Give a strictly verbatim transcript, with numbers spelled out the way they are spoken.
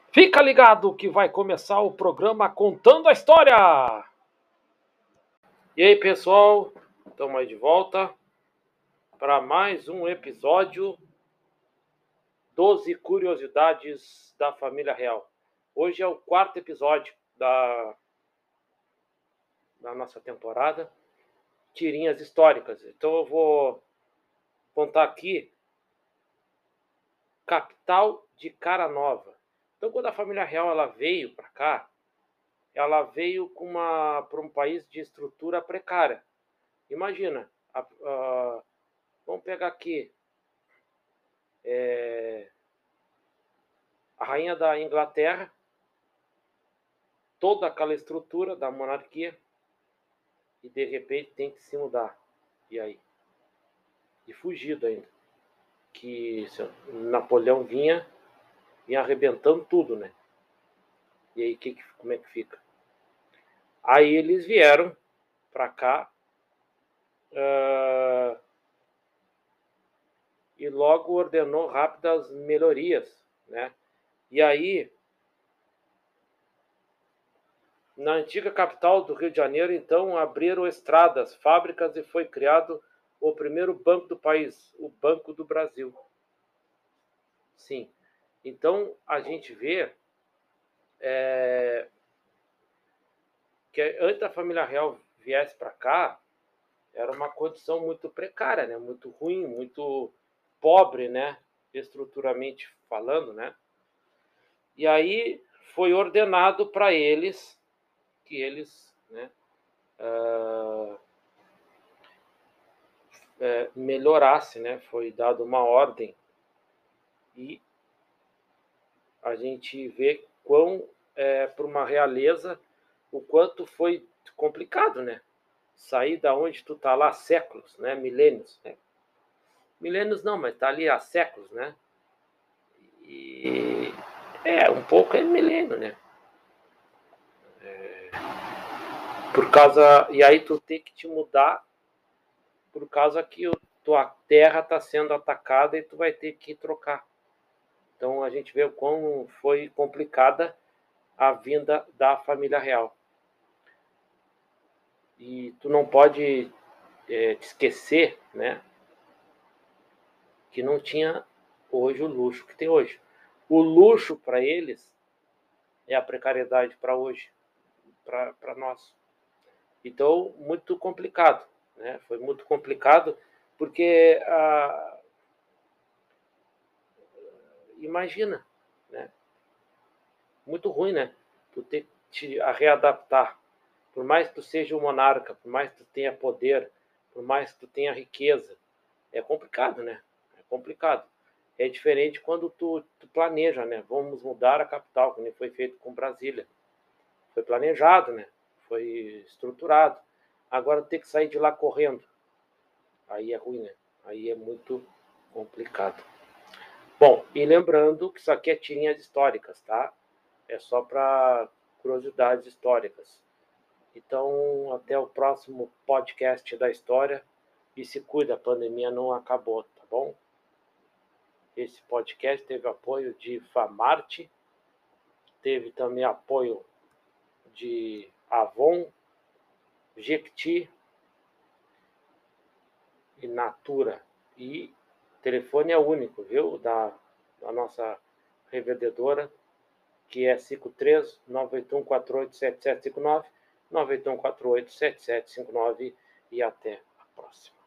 Fica ligado que vai começar o programa Contando a História! E aí, pessoal, estamos aí de volta para mais um episódio doze Curiosidades da Família Real. Hoje é o quarto episódio da, da nossa temporada, Tirinhas Históricas. Então eu vou contar aqui capital de Cara Nova. Então, quando a família real ela veio para cá, ela veio com uma para um país de estrutura precária. Imagina, a, a, vamos pegar aqui é, a rainha da Inglaterra, toda aquela estrutura da monarquia, e de repente tem que se mudar. E aí? E fugido ainda. Que Napoleão vinha, vinha arrebentando tudo, né? E aí, que, como é que fica? Aí eles vieram para cá uh, e logo ordenou rápidas melhorias, né? E aí, na antiga capital do Rio de Janeiro, então, abriram estradas, fábricas e foi criado o primeiro banco do país, o Banco do Brasil. Sim. Então, a gente vê é, que antes da família real viesse para cá, era uma condição muito precária, né? Muito ruim, muito pobre, né? Estruturalmente falando, né? E aí foi ordenado para eles que eles, né, uh, é, melhorasse, né? Foi dada uma ordem e a gente vê quão é, para uma realeza o quanto foi complicado, né? Sair da onde tu tá lá há séculos, né? Milênios, né? Milênios não, mas tá ali há séculos, né? E é um pouco é milênio, né? É, por causa e aí tu tem que te mudar por causa que a tua terra está sendo atacada e tu vai ter que trocar. Então a gente vê o quão foi complicada a vinda da família real. E tu não pode é, te esquecer, né, que não tinha hoje o luxo que tem hoje. O luxo para eles é a precariedade para hoje, para nós. Então, muito complicado, né? Foi muito complicado porque ah, imagina, né? Muito ruim, né? Tu ter que te readaptar. Por mais que tu seja um monarca, por mais que tu tenha poder, por mais que tu tenha riqueza, é complicado, né? É complicado. É diferente quando tu, tu planeja, né? Vamos mudar a capital, como foi feito com Brasília. Foi planejado, né? Foi estruturado. Agora ter que sair de lá correndo, aí é ruim, né? Aí é muito complicado. Bom, e lembrando que isso aqui é tirinhas históricas, tá? É só para curiosidades históricas. Então, até o próximo podcast da história. E se cuida, a pandemia não acabou, tá bom? Esse podcast teve apoio de Famarte, teve também apoio de Avon, Jequiti e Natura. E o telefone é único, viu? Da, da nossa revendedora, que é cinco três nove oito um quatro oito sete sete cinco nove, nove oito um quatro oito sete sete cinco nove, e até a próxima.